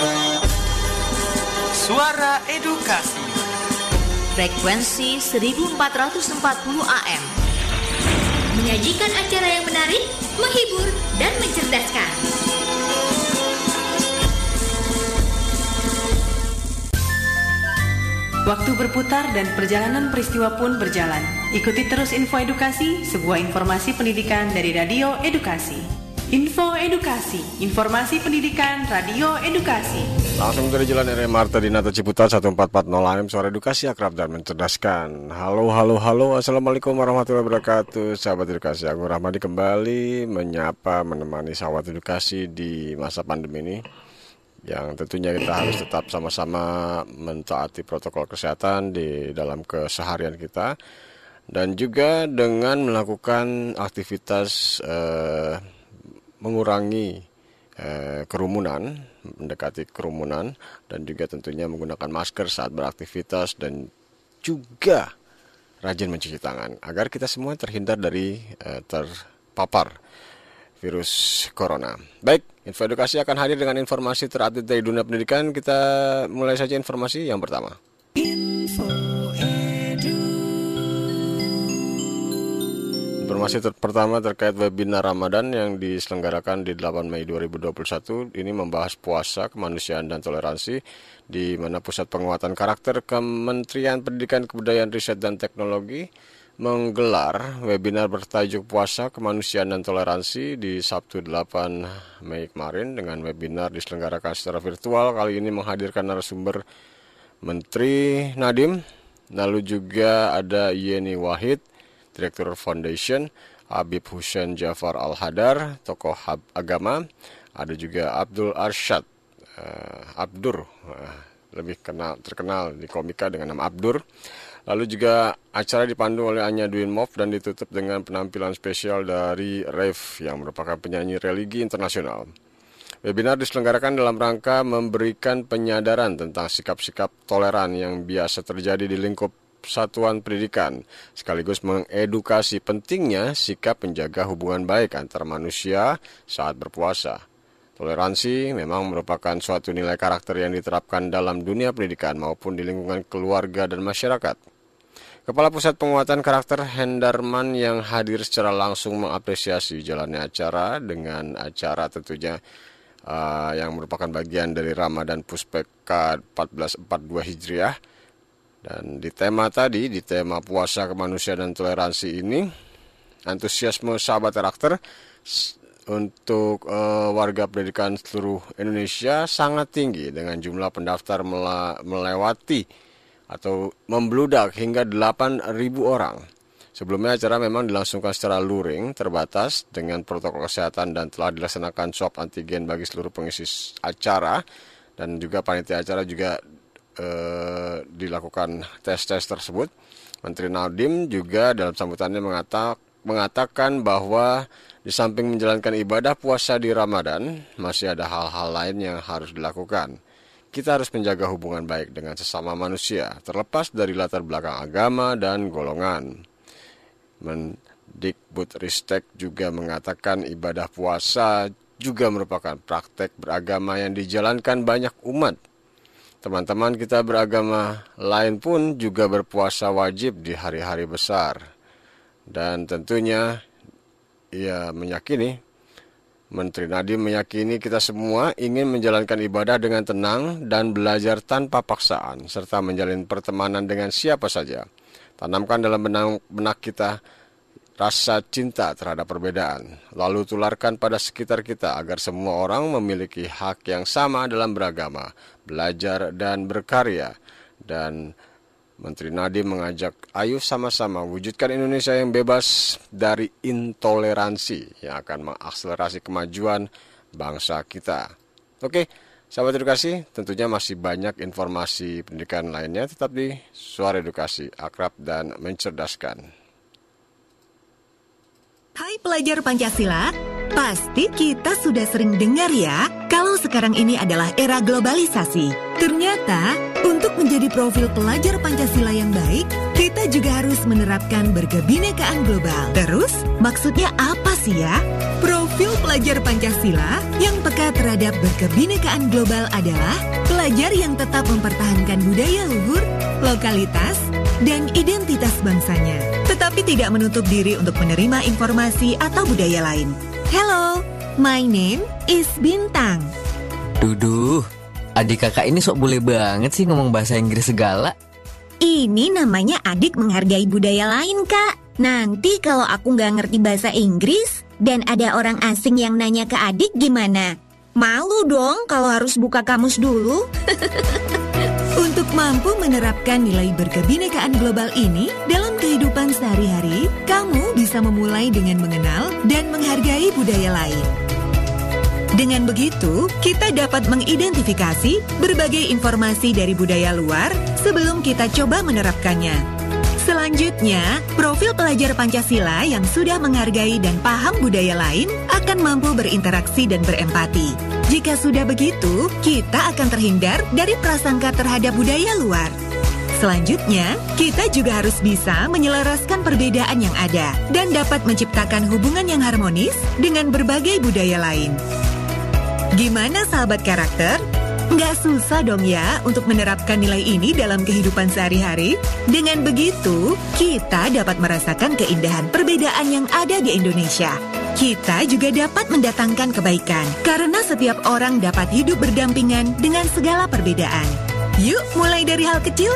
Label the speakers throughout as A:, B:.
A: Suara Edukasi.
B: Frekuensi 1440 AM. Menyajikan acara yang menarik, menghibur, dan mencerdaskan.
C: Waktu berputar dan perjalanan peristiwa pun berjalan. Ikuti terus Info Edukasi, sebuah informasi pendidikan dari Radio Edukasi. Info Edukasi, informasi pendidikan Radio Edukasi.
D: Langsung dari Jalan R.M. Marta Dinata Ciputat 1440 AM, Suara Edukasi, akrab dan mencerdaskan. Halo, Assalamualaikum warahmatullahi wabarakatuh. Sahabat edukasi, aku Rahmadi kembali menemani sahabat edukasi di masa pandemi ini, yang tentunya kita harus tetap sama-sama mentaati protokol kesehatan di dalam keseharian kita, dan juga dengan melakukan aktivitas mengurangi kerumunan, mendekati kerumunan, dan juga tentunya menggunakan masker saat beraktivitas, dan juga rajin mencuci tangan agar kita semua terhindar dari terpapar virus corona. Baik, Info Edukasi akan hadir dengan informasi terupdate dari dunia pendidikan. Kita mulai saja informasi yang pertama. Informasi pertama terkait webinar Ramadan yang diselenggarakan di 8 Mei 2021. Ini membahas puasa, kemanusiaan, dan toleransi, di mana Pusat Penguatan Karakter Kementerian Pendidikan, Kebudayaan, Riset, dan Teknologi menggelar webinar bertajuk Puasa, Kemanusiaan, dan Toleransi di Sabtu 8 Mei kemarin. Dengan webinar diselenggarakan secara virtual, kali ini menghadirkan narasumber Menteri Nadiem, lalu juga ada Yeni Wahid, Direktur Foundation, Habib Hussein Jafar Al-Hadar, tokoh agama, ada juga Abdul Arsyad, Abdur, lebih terkenal di komika dengan nama Abdur. Lalu juga acara dipandu oleh Anya Dwin Mof dan ditutup dengan penampilan spesial dari Rev yang merupakan penyanyi religi internasional. Webinar diselenggarakan dalam rangka memberikan penyadaran tentang sikap-sikap toleran yang biasa terjadi di lingkup satuan pendidikan, sekaligus mengedukasi pentingnya sikap menjaga hubungan baik antar manusia saat berpuasa. Toleransi memang merupakan suatu nilai karakter yang diterapkan dalam dunia pendidikan maupun di lingkungan keluarga dan masyarakat. Kepala Pusat Penguatan Karakter Hendarman yang hadir secara langsung mengapresiasi jalannya acara, dengan acara tentunya yang merupakan bagian dari Ramadan Puspeka 1442 Hijriah. Dan di tema puasa, kemanusiaan, dan toleransi ini, antusiasme sahabat karakter untuk warga pendidikan seluruh Indonesia sangat tinggi, dengan jumlah pendaftar melewati atau membludak hingga 8.000 orang. Sebelumnya acara memang dilangsungkan secara luring, terbatas dengan protokol kesehatan, dan telah dilaksanakan swab antigen bagi seluruh pengisi acara, dan juga panitia acara juga dilakukan tes tersebut. Menteri Nadiem juga dalam sambutannya mengatakan bahwa di samping menjalankan ibadah puasa di Ramadan, masih ada hal-hal lain yang harus dilakukan. Kita harus menjaga hubungan baik dengan sesama manusia, terlepas dari latar belakang agama dan golongan. Mendikbudristek juga mengatakan ibadah puasa juga merupakan praktek beragama yang dijalankan banyak umat. Teman-teman kita beragama lain pun juga berpuasa wajib di hari-hari besar. Dan tentunya Menteri Nadiem meyakini kita semua ingin menjalankan ibadah dengan tenang dan belajar tanpa paksaan, serta menjalin pertemanan dengan siapa saja. Tanamkan dalam benak kita rasa cinta terhadap perbedaan, lalu tularkan pada sekitar kita agar semua orang memiliki hak yang sama dalam beragama, belajar, dan berkarya. Dan Menteri Nadiem mengajak, ayo sama-sama wujudkan Indonesia yang bebas dari intoleransi yang akan mengakselerasi kemajuan bangsa kita. Oke, sahabat edukasi, tentunya masih banyak informasi pendidikan lainnya, tetap di Suara Edukasi, akrab dan mencerdaskan.
E: Hai pelajar Pancasila, pasti kita sudah sering dengar ya, kalau sekarang ini adalah era globalisasi. Ternyata Untuk menjadi profil pelajar Pancasila yang baik, kita juga harus menerapkan berkebinekaan global. Terus, maksudnya apa sih ya? Profil pelajar Pancasila yang peka terhadap berkebinekaan global adalah pelajar yang tetap mempertahankan budaya luhur, lokalitas, dan identitas bangsanya, tetapi tidak menutup diri untuk menerima informasi atau budaya lain. Hello, my name is Bintang.
F: Duduh, adik kakak ini sok boleh banget sih ngomong bahasa Inggris segala.
G: Ini namanya adik menghargai budaya lain, Kak. Nanti kalau aku nggak ngerti bahasa Inggris dan ada orang asing yang nanya ke adik gimana? Malu dong kalau harus buka kamus dulu.
E: Untuk mampu menerapkan nilai berkebinekaan global ini dalam kehidupan sehari-hari, kamu bisa memulai dengan mengenal dan menghargai budaya lain. Dengan begitu, kita dapat mengidentifikasi berbagai informasi dari budaya luar sebelum kita coba menerapkannya. Selanjutnya, profil pelajar Pancasila yang sudah menghargai dan paham budaya lain akan mampu berinteraksi dan berempati. Jika sudah begitu, kita akan terhindar dari prasangka terhadap budaya luar. Selanjutnya, kita juga harus bisa menyelaraskan perbedaan yang ada dan dapat menciptakan hubungan yang harmonis dengan berbagai budaya lain. Gimana sahabat karakter? Nggak susah dong ya untuk menerapkan nilai ini dalam kehidupan sehari-hari? Dengan begitu, kita dapat merasakan keindahan perbedaan yang ada di Indonesia. Kita juga dapat mendatangkan kebaikan, karena setiap orang dapat hidup berdampingan dengan segala perbedaan. Yuk, mulai dari hal kecil.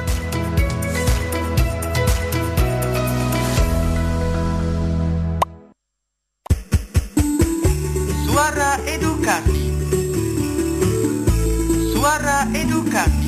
A: Suara Edukasi. Suara Edukasi.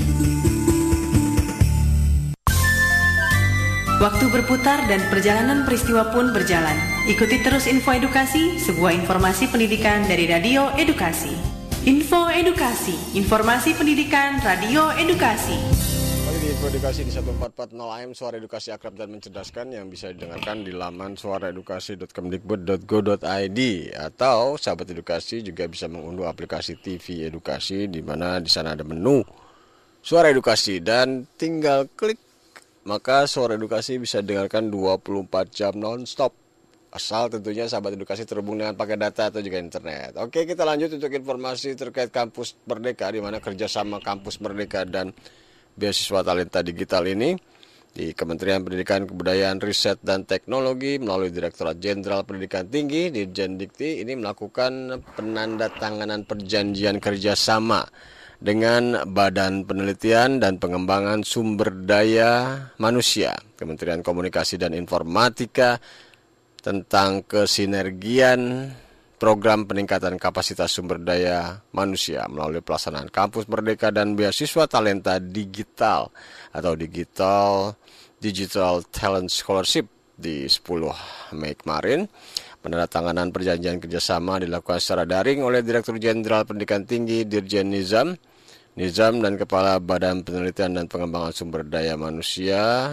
C: Waktu berputar dan perjalanan peristiwa pun berjalan. Ikuti terus Info Edukasi, sebuah informasi pendidikan dari Radio Edukasi. Info Edukasi, informasi pendidikan Radio Edukasi.
D: Kembali di Info Edukasi di 1440 AM, Suara Edukasi akrab dan mencerdaskan, yang bisa didengarkan di laman suaraedukasi.kemdikbud.go.id, atau sahabat edukasi juga bisa mengunduh aplikasi TV Edukasi, di mana di sana ada menu Suara Edukasi, dan tinggal klik maka Suara Edukasi bisa dengarkan 24 jam non-stop. Asal tentunya sahabat edukasi terhubung dengan pakai data atau juga internet. Oke, kita lanjut untuk informasi terkait Kampus Merdeka, di mana kerjasama Kampus Merdeka dan Beasiswa Talenta Digital ini di Kementerian Pendidikan, Kebudayaan, Riset, dan Teknologi melalui Direktorat Jenderal Pendidikan Tinggi Dirjen Dikti ini melakukan penandatanganan perjanjian kerjasama dengan Badan Penelitian dan Pengembangan Sumber Daya Manusia, Kementerian Komunikasi dan Informatika, tentang kesinergian program peningkatan kapasitas sumber daya manusia melalui pelaksanaan Kampus Merdeka dan Beasiswa Talenta Digital atau Digital Talent Scholarship di 10 Mei kemarin. Penandatanganan perjanjian kerjasama dilakukan secara daring oleh Direktur Jenderal Pendidikan Tinggi Dirjen Nizam dan Kepala Badan Penelitian dan Pengembangan Sumber Daya Manusia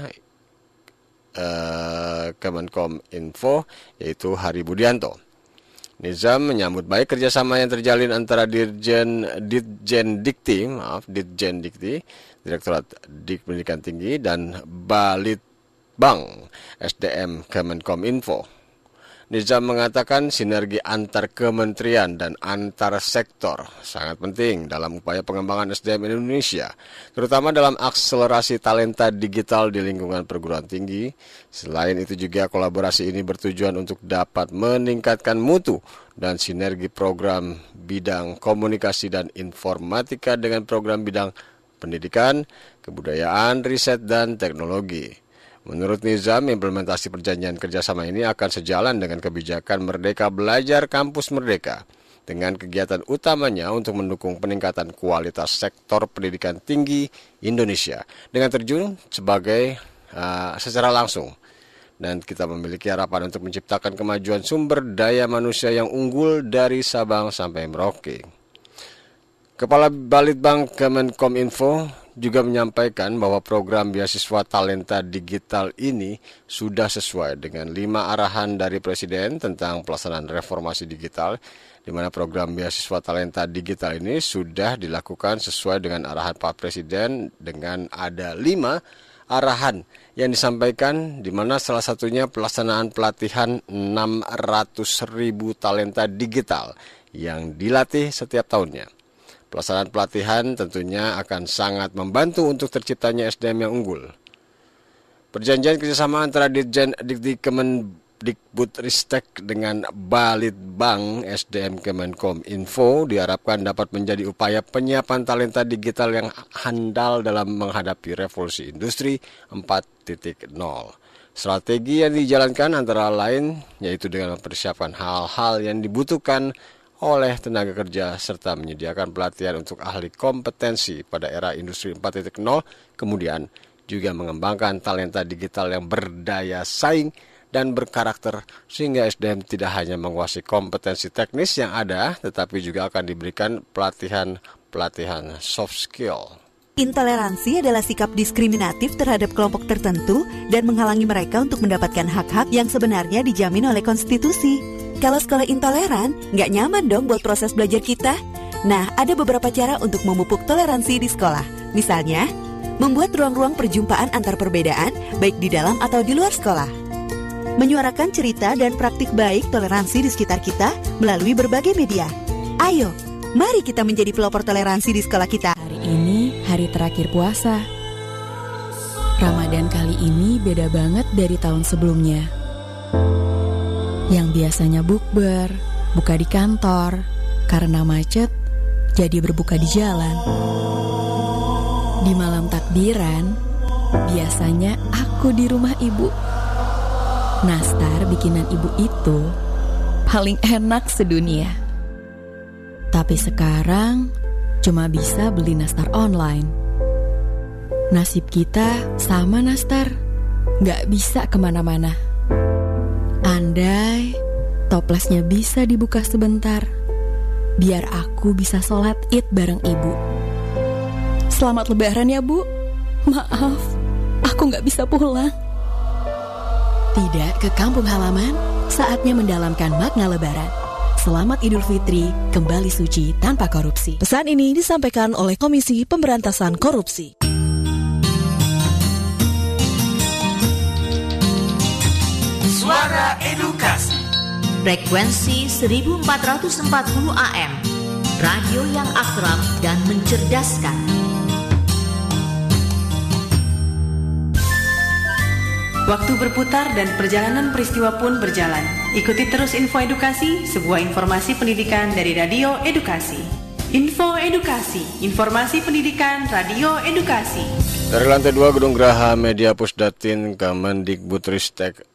D: Kemenkom Info, yaitu Hari Budianto. Nizam menyambut baik kerjasama yang terjalin antara Dirjen Dikti, Direktorat Pendidikan Tinggi, dan Balitbang SDM Kemenkom Info. Nizam mengatakan sinergi antar kementerian dan antar sektor sangat penting dalam upaya pengembangan SDM Indonesia, terutama dalam akselerasi talenta digital di lingkungan perguruan tinggi. Selain itu juga kolaborasi ini bertujuan untuk dapat meningkatkan mutu dan sinergi program bidang komunikasi dan informatika dengan program bidang pendidikan, kebudayaan, riset, dan teknologi. Menurut Nizam, implementasi perjanjian kerjasama ini akan sejalan dengan kebijakan Merdeka Belajar Kampus Merdeka, dengan kegiatan utamanya untuk mendukung peningkatan kualitas sektor pendidikan tinggi Indonesia dengan terjun secara langsung. Dan kita memiliki harapan untuk menciptakan kemajuan sumber daya manusia yang unggul dari Sabang sampai Merauke. Kepala Balitbang Kemenkom Info juga menyampaikan bahwa program beasiswa talenta digital ini sudah sesuai dengan 5 arahan dari Presiden tentang pelaksanaan reformasi digital, di mana program beasiswa talenta digital ini sudah dilakukan sesuai dengan arahan Pak Presiden dengan ada 5 arahan yang disampaikan, di mana salah satunya pelaksanaan pelatihan 600.000 talenta digital yang dilatih setiap tahunnya. Pelaksanaan pelatihan tentunya akan sangat membantu untuk terciptanya SDM yang unggul. Perjanjian kerjasama antara Ditjen Dikti Kemendikbudristek dengan Balitbang SDM Kemenkom Info diharapkan dapat menjadi upaya penyiapan talenta digital yang handal dalam menghadapi revolusi industri 4.0. Strategi yang dijalankan antara lain yaitu dengan mempersiapkan hal-hal yang dibutuhkan oleh tenaga kerja serta menyediakan pelatihan untuk ahli kompetensi pada era industri 4.0, kemudian juga mengembangkan talenta digital yang berdaya saing dan berkarakter sehingga SDM tidak hanya menguasai kompetensi teknis yang ada, tetapi juga akan diberikan pelatihan soft skill.
H: Intoleransi adalah sikap diskriminatif terhadap kelompok tertentu dan menghalangi mereka untuk mendapatkan hak-hak yang sebenarnya dijamin oleh konstitusi. Kalau sekolah intoleran, nggak nyaman dong buat proses belajar kita. Nah, ada beberapa cara untuk memupuk toleransi di sekolah. Misalnya, membuat ruang-ruang perjumpaan antar perbedaan, baik di dalam atau di luar sekolah. Menyuarakan cerita dan praktik baik toleransi di sekitar kita melalui berbagai media. Ayo, mari kita menjadi pelopor toleransi di sekolah kita.
I: Hari ini hari terakhir puasa. Ramadan kali ini beda banget dari tahun sebelumnya. Yang biasanya bukber, buka di kantor, karena macet, jadi berbuka di jalan. Di malam takbiran, biasanya aku di rumah ibu. Nastar bikinan ibu itu paling enak sedunia. Tapi sekarang cuma bisa beli nastar online. Nasib kita sama nastar, gak bisa kemana-mana. Andai toplesnya bisa dibuka sebentar, biar aku bisa sholat Id bareng ibu. Selamat lebaran ya bu. Maaf, aku gak bisa pulang. Tidak ke kampung halaman, saatnya mendalamkan makna lebaran. Selamat Idul Fitri, kembali suci tanpa korupsi.
J: Pesan ini disampaikan oleh Komisi Pemberantasan Korupsi.
A: Suara Edukasi.
B: Frekuensi 1440 AM. Radio yang akrab dan mencerdaskan.
C: Waktu berputar dan perjalanan peristiwa pun berjalan. Ikuti terus info edukasi, sebuah informasi pendidikan dari Radio Edukasi. Info Edukasi, informasi pendidikan Radio Edukasi.
D: Dari lantai 2 Gedung Graha Media Pusdatin Kemendikbudristek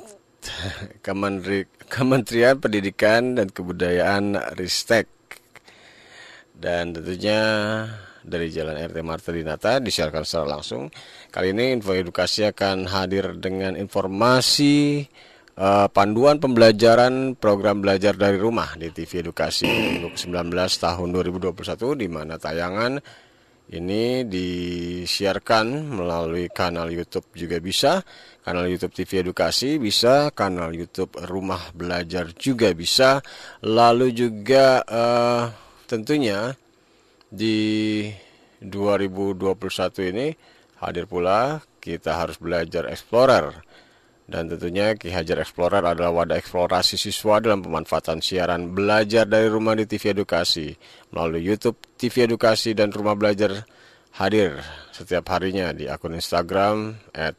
D: Kementerian Pendidikan dan Kebudayaan Ristek, dan tentunya dari Jalan RT Marta Dinata disiarkan secara langsung. Kali ini info edukasi akan hadir dengan informasi panduan pembelajaran program belajar dari rumah di TV Edukasi untuk 19 tahun 2021, di mana tayangan ini disiarkan melalui kanal YouTube juga bisa, kanal YouTube TV Edukasi bisa, kanal YouTube Rumah Belajar juga bisa. Lalu juga tentunya di 2021 ini hadir pula Kita Harus Belajar Explorer. Dan tentunya Ki Hajar Explorer adalah wadah eksplorasi siswa dalam pemanfaatan siaran belajar dari rumah di TV Edukasi. Melalui YouTube TV Edukasi dan Rumah Belajar hadir setiap harinya di akun Instagram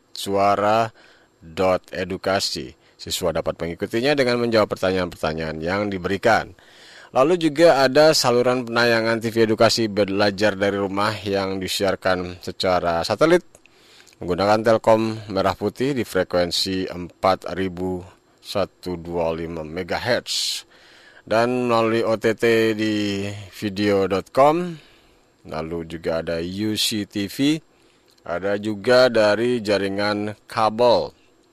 D: @suara.edukasi. Siswa dapat mengikutinya dengan menjawab pertanyaan-pertanyaan yang diberikan. Lalu juga ada saluran penayangan TV Edukasi belajar dari rumah yang disiarkan secara satelit menggunakan Telkom Merah Putih di frekuensi 4125 MHz dan melalui OTT di video.com. Lalu juga ada UCTV, ada juga dari jaringan kabel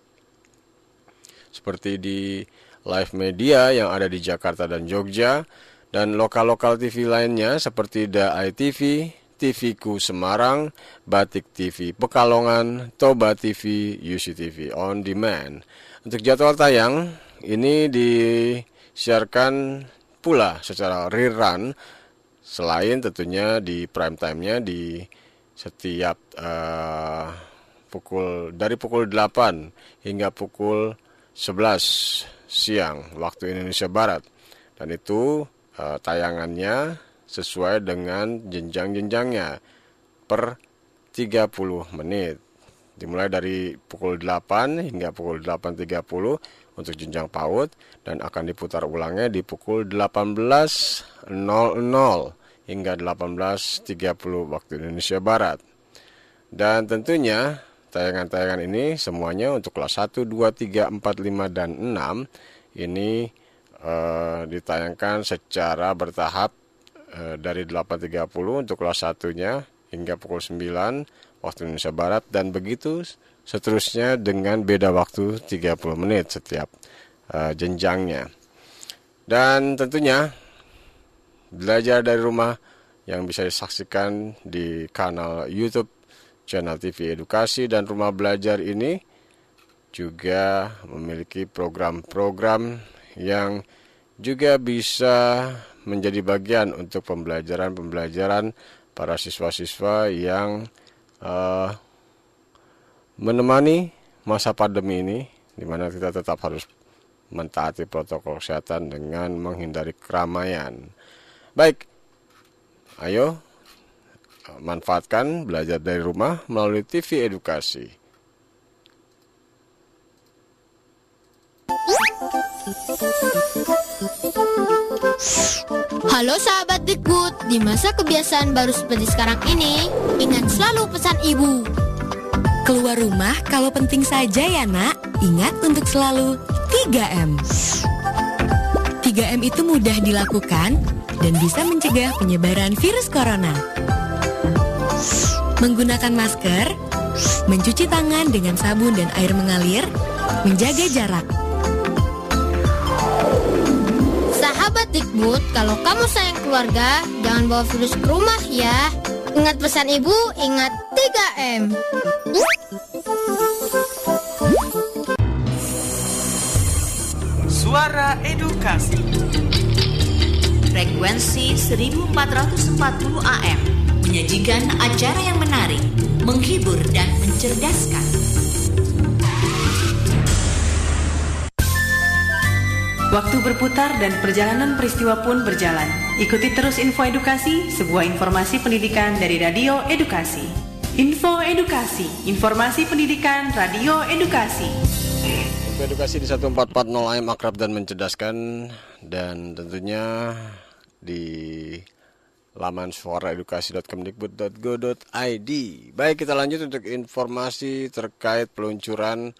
D: seperti di Live Media yang ada di Jakarta dan Jogja, dan lokal-lokal TV lainnya seperti DAI TV, TV-ku Semarang, Batik TV Pekalongan, Toba TV, UCTV On Demand. Untuk jadwal tayang, ini disiarkan pula secara rerun, selain tentunya di prime time-nya di setiap dari pukul 8 hingga pukul 11 siang waktu Indonesia Barat. Dan itu tayangannya sesuai dengan jenjang-jenjangnya per 30 menit. Dimulai dari pukul 8 hingga pukul 8.30 untuk jenjang PAUD dan akan diputar ulangnya di pukul 18.00 hingga 18.30 waktu Indonesia Barat. Dan tentunya tayangan-tayangan ini semuanya untuk kelas 1, 2, 3, 4, 5, dan 6 ini ditayangkan secara bertahap dari 8.30 untuk kelas 1-nya hingga pukul 9 waktu Indonesia Barat, dan begitu seterusnya dengan beda waktu 30 menit setiap jenjangnya. Dan tentunya belajar dari rumah yang bisa disaksikan di kanal YouTube channel TV Edukasi dan Rumah Belajar ini juga memiliki program-program yang juga bisa menjadi bagian untuk pembelajaran para siswa-siswa yang menemani masa pandemi ini, di mana kita tetap harus mentaati protokol kesehatan dengan menghindari keramaian. Baik, ayo manfaatkan belajar dari rumah melalui TV Edukasi.
K: Halo sahabat Dikbud, di masa kebiasaan baru seperti sekarang ini, ingat selalu pesan ibu.
E: Keluar rumah kalau penting saja ya nak, ingat untuk selalu 3M. 3M itu mudah dilakukan dan bisa mencegah penyebaran virus corona. Menggunakan masker, mencuci tangan dengan sabun dan air mengalir, menjaga jarak.
K: Sahabat Dikbud, kalau kamu sayang keluarga, jangan bawa virus ke rumah ya. Ingat pesan ibu, ingat 3M.
A: Suara Edukasi.
B: Frekuensi 1440 AM menyajikan acara yang menarik, menghibur dan mencerdaskan.
C: Waktu berputar dan perjalanan peristiwa pun berjalan. Ikuti terus Info Edukasi, sebuah informasi pendidikan dari Radio Edukasi. Info Edukasi, informasi pendidikan Radio Edukasi.
D: Info Edukasi di 1440 AM akrab dan mencerdaskan, dan tentunya di laman suaraedukasi.kemdikbud.go.id. Baik, kita lanjut untuk informasi terkait peluncuran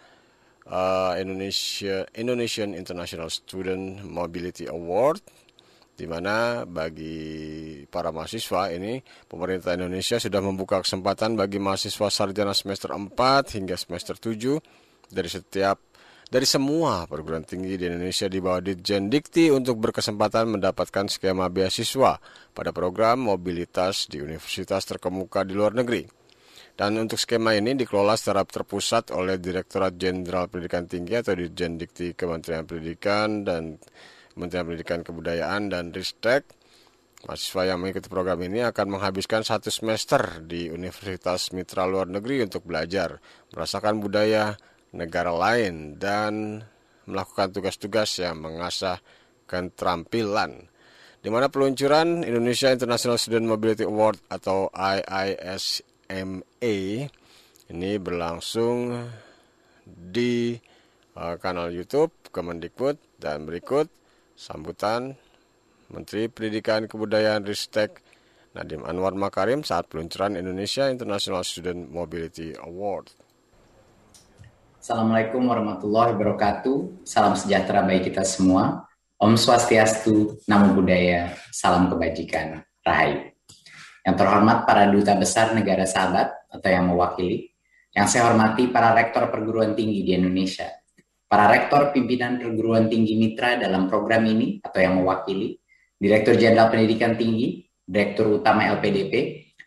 D: Indonesian International Student Mobility Award, di mana bagi para mahasiswa ini pemerintah Indonesia sudah membuka kesempatan bagi mahasiswa sarjana semester 4 hingga semester 7 dari semua perguruan tinggi di Indonesia di bawah Ditjen Dikti untuk berkesempatan mendapatkan skema beasiswa pada program mobilitas di universitas terkemuka di luar negeri. Dan untuk skema ini dikelola secara terpusat oleh Direktorat Jenderal Pendidikan Tinggi atau Ditjen Dikti Kementerian Pendidikan dan Kementerian Pendidikan Kebudayaan dan Ristek. Mahasiswa yang mengikuti program ini akan menghabiskan 1 semester di Universitas Mitra Luar Negeri untuk belajar, merasakan budaya negara lain, dan melakukan tugas-tugas yang mengasah keterampilan. Di mana peluncuran Indonesia International Student Mobility Award atau IISMA ini berlangsung di kanal YouTube Kemendikbud, dan berikut sambutan Menteri Pendidikan Kebudayaan Ristek Nadiem Anwar Makarim saat peluncuran Indonesia International Student Mobility Award.
L: Assalamualaikum warahmatullahi wabarakatuh. Salam sejahtera bagi kita semua. Om Swastiastu, Namo Buddhaya, salam kebajikan, Rahayu. Yang terhormat para duta besar negara sahabat atau yang mewakili, yang saya hormati para rektor perguruan tinggi di Indonesia, para rektor pimpinan perguruan tinggi mitra dalam program ini atau yang mewakili, Direktur Jenderal Pendidikan Tinggi, Direktur Utama LPDP,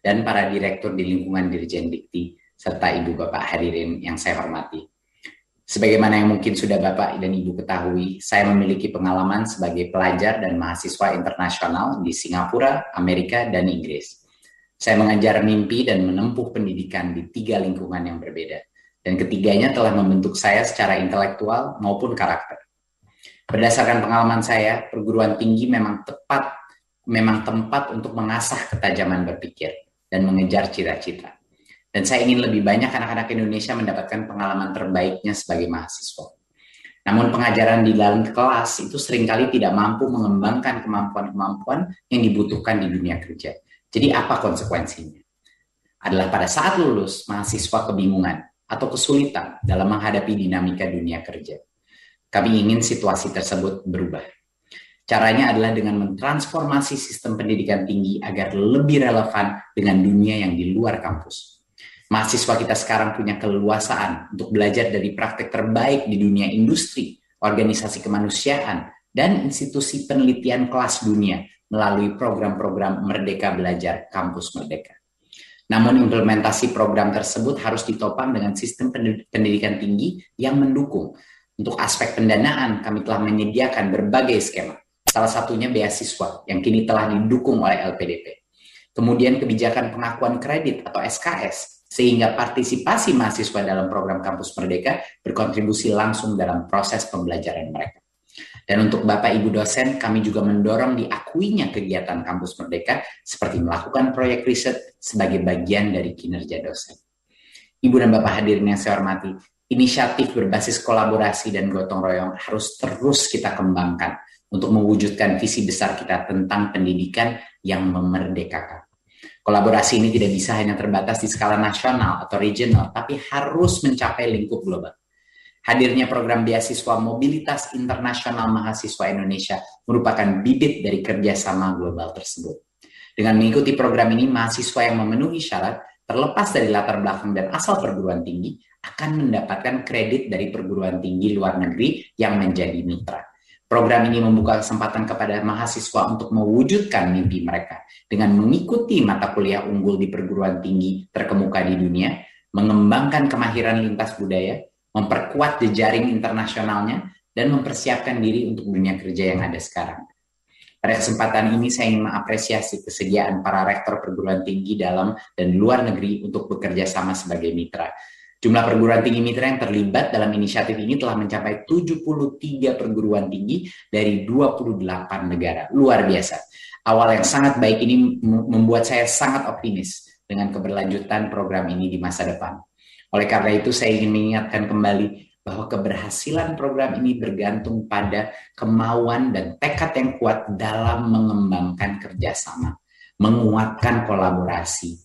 L: dan para direktur di lingkungan Dirjen Dikti, serta Ibu Bapak hadirin yang saya hormati. Sebagaimana yang mungkin sudah Bapak dan Ibu ketahui, saya memiliki pengalaman sebagai pelajar dan mahasiswa internasional di Singapura, Amerika, dan Inggris. Saya mengejar mimpi dan menempuh pendidikan di 3 lingkungan yang berbeda, dan ketiganya telah membentuk saya secara intelektual maupun karakter. Berdasarkan pengalaman saya, perguruan tinggi memang tempat untuk mengasah ketajaman berpikir dan mengejar cita-cita. Dan saya ingin lebih banyak anak-anak Indonesia mendapatkan pengalaman terbaiknya sebagai mahasiswa. Namun pengajaran di dalam kelas itu seringkali tidak mampu mengembangkan kemampuan-kemampuan yang dibutuhkan di dunia kerja. Jadi apa konsekuensinya? Adalah pada saat lulus, mahasiswa kebingungan atau kesulitan dalam menghadapi dinamika dunia kerja. Kami ingin situasi tersebut berubah. Caranya adalah dengan mentransformasi sistem pendidikan tinggi agar lebih relevan dengan dunia yang di luar kampus. Mahasiswa kita sekarang punya keleluasaan untuk belajar dari praktek terbaik di dunia industri, organisasi kemanusiaan, dan institusi penelitian kelas dunia melalui program-program Merdeka Belajar Kampus Merdeka. Namun implementasi program tersebut harus ditopang dengan sistem pendidikan tinggi yang mendukung. Untuk aspek pendanaan, kami telah menyediakan berbagai skema. Salah satunya beasiswa yang kini telah didukung oleh LPDP. Kemudian kebijakan pengakuan kredit atau SKS, sehingga partisipasi mahasiswa dalam program Kampus Merdeka berkontribusi langsung dalam proses pembelajaran mereka. Dan untuk Bapak Ibu dosen, kami juga mendorong diakuinya kegiatan Kampus Merdeka seperti melakukan proyek riset sebagai bagian dari kinerja dosen. Ibu dan Bapak hadirin yang saya hormati, inisiatif berbasis kolaborasi dan gotong royong harus terus kita kembangkan untuk mewujudkan visi besar kita tentang pendidikan yang memerdekakan. Kolaborasi ini tidak bisa hanya terbatas di skala nasional atau regional, tapi harus mencapai lingkup global. Hadirnya program beasiswa mobilitas internasional mahasiswa Indonesia merupakan bibit dari kerjasama global tersebut. Dengan mengikuti program ini, mahasiswa yang memenuhi syarat, terlepas dari latar belakang dan asal perguruan tinggi, akan mendapatkan kredit dari perguruan tinggi luar negeri yang menjadi mitra. Program ini membuka kesempatan kepada mahasiswa untuk mewujudkan mimpi mereka dengan mengikuti mata kuliah unggul di perguruan tinggi terkemuka di dunia, mengembangkan kemahiran lintas budaya, memperkuat jejaring internasionalnya, dan mempersiapkan diri untuk dunia kerja yang ada sekarang. Pada kesempatan ini saya ingin mengapresiasi kesediaan para rektor perguruan tinggi dalam dan luar negeri untuk bekerja sama sebagai mitra. Jumlah perguruan tinggi mitra yang terlibat dalam inisiatif ini telah mencapai 73 perguruan tinggi dari 28 negara. Luar biasa. Awal yang sangat baik ini membuat saya sangat optimis dengan keberlanjutan program ini di masa depan. Oleh karena itu, saya ingin mengingatkan kembali bahwa keberhasilan program ini bergantung pada kemauan dan tekad yang kuat dalam mengembangkan kerjasama, menguatkan kolaborasi,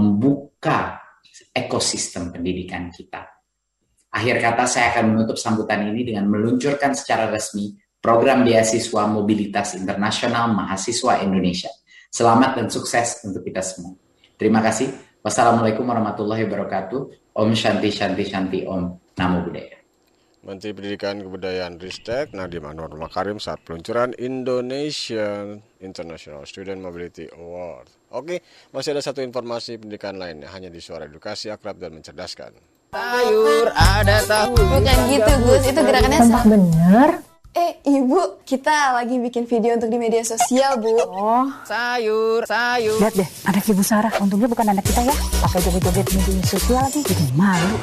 L: membuka ekosistem pendidikan kita. Akhir kata, saya akan menutup sambutan ini dengan meluncurkan secara resmi program beasiswa mobilitas internasional mahasiswa Indonesia. Selamat dan sukses untuk kita semua. Terima kasih. Wassalamualaikum warahmatullahi wabarakatuh. Om Shanti Shanti Shanti Om. Namo Buddhaya.
D: Menteri Pendidikan Kebudayaan Ristek Nadiem Anwar Makarim saat peluncuran Indonesian International Student Mobility Award. Oke, masih ada satu informasi pendidikan lainnya hanya di Suara Edukasi Akrab dan Mencerdaskan.
M: Sayur ada tahu.
N: Bukan gitu Gus, itu gerakannya
O: salah. Bener.
N: Ibu, kita lagi bikin video untuk di media sosial, Bu.
O: Oh,
M: sayur.
O: Lihat deh, anak Ibu Sarah. Untungnya bukan anak kita ya. Pakai joget-joget media sosial lagi. Bikin malu.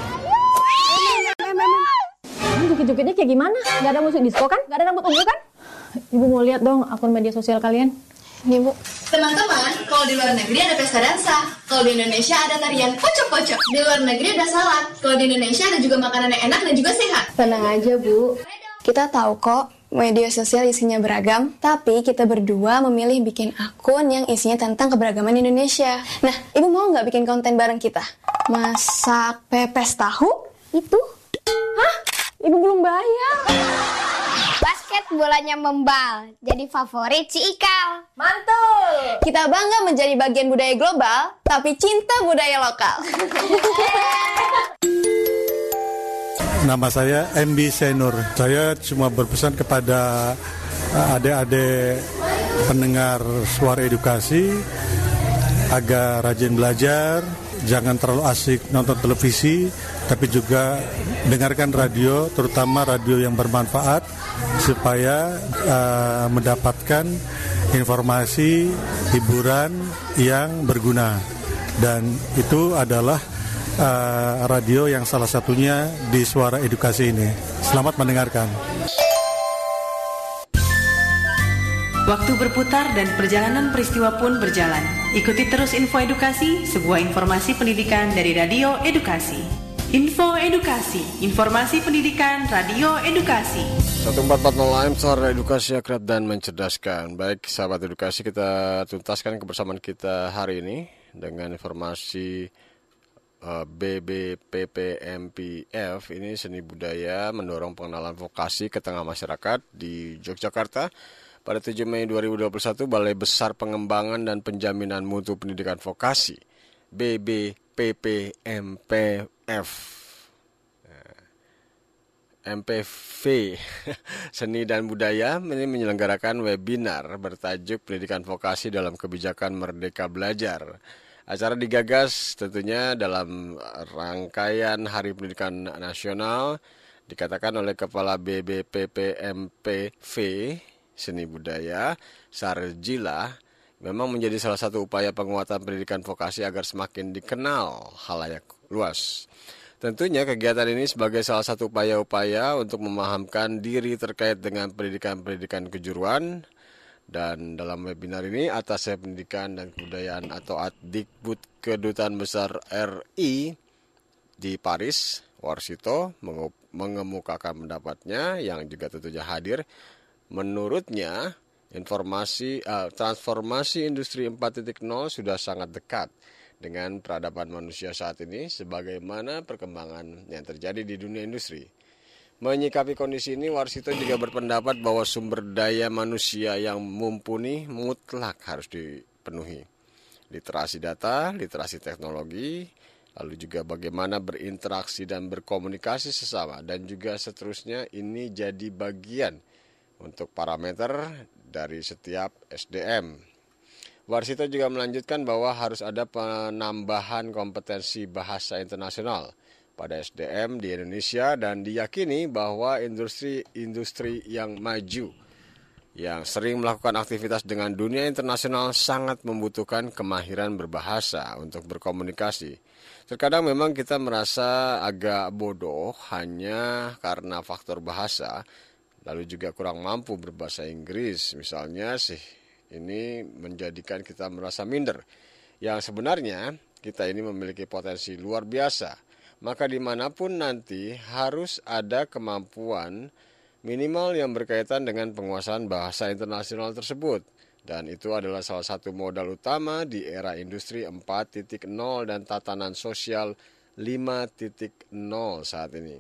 P: Ini joget-jogetnya kayak gimana? Gak ada musik disco kan? Gak ada rambut ungu kan? Ibu mau lihat dong akun media sosial kalian.
N: Nih, Bu.
B: Teman-teman, kalau di luar negeri ada pesta dansa. Kalau di Indonesia ada tarian pocok-pocok. Di luar negeri ada salad. Kalau di Indonesia ada juga makanan yang enak dan juga sehat.
N: Tenang aja, Bu. Kita tahu kok media sosial isinya beragam, tapi kita berdua memilih bikin akun yang isinya tentang keberagaman Indonesia. Nah, Ibu mau nggak bikin konten bareng kita? Masak pepes tahu? Itu? Hah? Ibu belum bayar.
K: Basket bolanya membal, jadi favorit si Ikal.
N: Mantul! Kita bangga menjadi bagian budaya global, tapi cinta budaya lokal.
Q: Nama saya MB Senur. Saya cuma berpesan kepada adik-adik pendengar Suara Edukasi, agak rajin belajar, jangan terlalu asik nonton televisi, tapi juga dengarkan radio, terutama radio yang bermanfaat, supaya mendapatkan informasi hiburan yang berguna. Dan itu adalah radio yang salah satunya di Suara Edukasi ini. Selamat mendengarkan.
C: Waktu berputar dan perjalanan peristiwa pun berjalan. Ikuti terus Info Edukasi, sebuah informasi pendidikan dari Radio Edukasi. Info Edukasi, informasi pendidikan Radio Edukasi.
D: 1440 AM, Suara Edukasi akrab dan mencerdaskan. Baik, sahabat edukasi, kita tuntaskan kebersamaan kita hari ini dengan informasi BBPPMPF. Ini seni budaya mendorong pengenalan vokasi ke tengah masyarakat di Yogyakarta. Pada 7 Mei 2021, Balai Besar Pengembangan dan Penjaminan Mutu Pendidikan Vokasi BBPPMPF MPV Seni dan Budaya ini menyelenggarakan webinar bertajuk Pendidikan Vokasi dalam Kebijakan Merdeka Belajar. Acara digagas tentunya dalam rangkaian Hari Pendidikan Nasional. Dikatakan oleh Kepala BBPPMPV Seni Budaya, Sarjila, memang menjadi salah satu upaya penguatan pendidikan vokasi agar semakin dikenal khalayak luas. Tentunya kegiatan ini sebagai salah satu upaya-upaya untuk memahamkan diri terkait dengan pendidikan-pendidikan kejuruan. Dan dalam webinar ini, Atasé Pendidikan dan Kebudayaan atau Adikbud Kedutaan Besar RI di Paris, Warsito, mengemukakan pendapatnya yang juga tentunya hadir. Menurutnya, transformasi industri 4.0 sudah sangat dekat dengan peradaban manusia saat ini sebagaimana perkembangan yang terjadi di dunia industri. Menyikapi kondisi ini, Warsito juga berpendapat bahwa sumber daya manusia yang mumpuni mutlak harus dipenuhi. Literasi data, literasi teknologi, lalu juga bagaimana berinteraksi dan berkomunikasi sesama, dan juga seterusnya ini jadi bagian untuk parameter dari setiap SDM. Warsito juga melanjutkan bahwa harus ada penambahan kompetensi bahasa internasional pada SDM di Indonesia dan diyakini bahwa industri yang maju yang sering melakukan aktivitas dengan dunia internasional sangat membutuhkan kemahiran berbahasa untuk berkomunikasi. Terkadang memang kita merasa agak bodoh hanya karena faktor bahasa, lalu juga kurang mampu berbahasa Inggris misalnya sih, ini menjadikan kita merasa minder. Yang sebenarnya kita ini memiliki potensi luar biasa. Maka dimanapun nanti harus ada kemampuan minimal yang berkaitan dengan penguasaan bahasa internasional tersebut. Dan itu adalah salah satu modal utama di era industri 4.0 dan tatanan sosial 5.0 saat ini.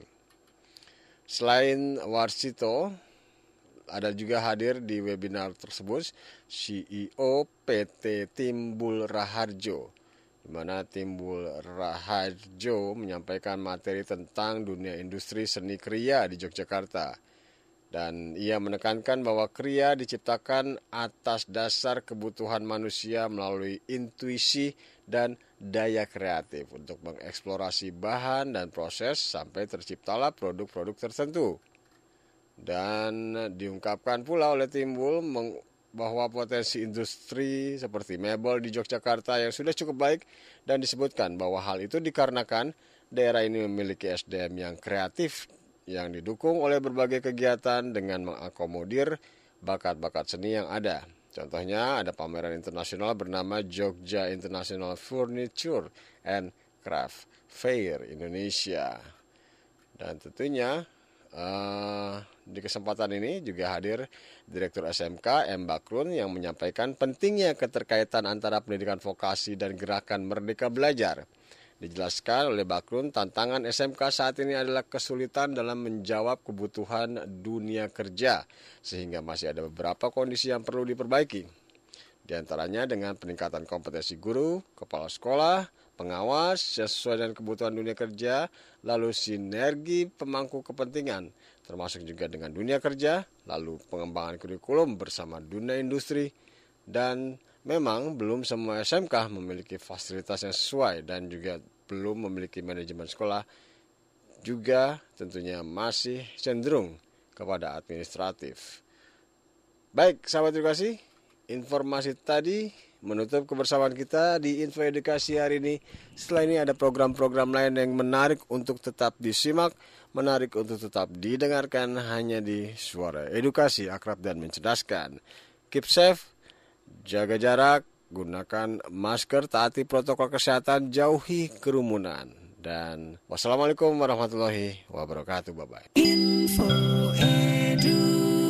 D: Selain Warsito, ada juga hadir di webinar tersebut CEO PT Timbul Raharjo, di mana Timbul Raharjo menyampaikan materi tentang dunia industri seni kriya di Yogyakarta. Dan ia menekankan bahwa kriya diciptakan atas dasar kebutuhan manusia melalui intuisi dan daya kreatif untuk mengeksplorasi bahan dan proses sampai terciptalah produk-produk tertentu. Dan diungkapkan pula oleh Timbul bahwa potensi industri seperti mebel di Yogyakarta yang sudah cukup baik, dan disebutkan bahwa hal itu dikarenakan daerah ini memiliki SDM yang kreatif yang didukung oleh berbagai kegiatan dengan mengakomodir bakat-bakat seni yang ada. Contohnya ada pameran internasional bernama Jogja International Furniture and Craft Fair Indonesia. Dan tentunya di kesempatan ini juga hadir Direktur SMK M. Bakrun yang menyampaikan pentingnya keterkaitan antara pendidikan vokasi dan gerakan Merdeka Belajar. Dijelaskan oleh Bakrun, tantangan SMK saat ini adalah kesulitan dalam menjawab kebutuhan dunia kerja, sehingga masih ada beberapa kondisi yang perlu diperbaiki. Di antaranya dengan peningkatan kompetensi guru, kepala sekolah, pengawas sesuai dengan kebutuhan dunia kerja, lalu sinergi pemangku kepentingan, termasuk juga dengan dunia kerja, lalu pengembangan kurikulum bersama dunia industri, dan Memang belum semua SMK memiliki fasilitas yang sesuai dan juga belum memiliki manajemen sekolah, juga tentunya masih cenderung kepada administratif. Baik, sahabat edukasi, informasi tadi menutup kebersamaan kita di Info Edukasi hari ini. Setelah ini ada program-program lain yang menarik untuk tetap disimak, menarik untuk tetap didengarkan hanya di Suara Edukasi, akrab dan mencerdaskan. Keep safe, jaga jarak, gunakan masker, taati protokol kesehatan, jauhi kerumunan. Dan wassalamualaikum warahmatullahi wabarakatuh. Bye-bye.
A: Info Edu.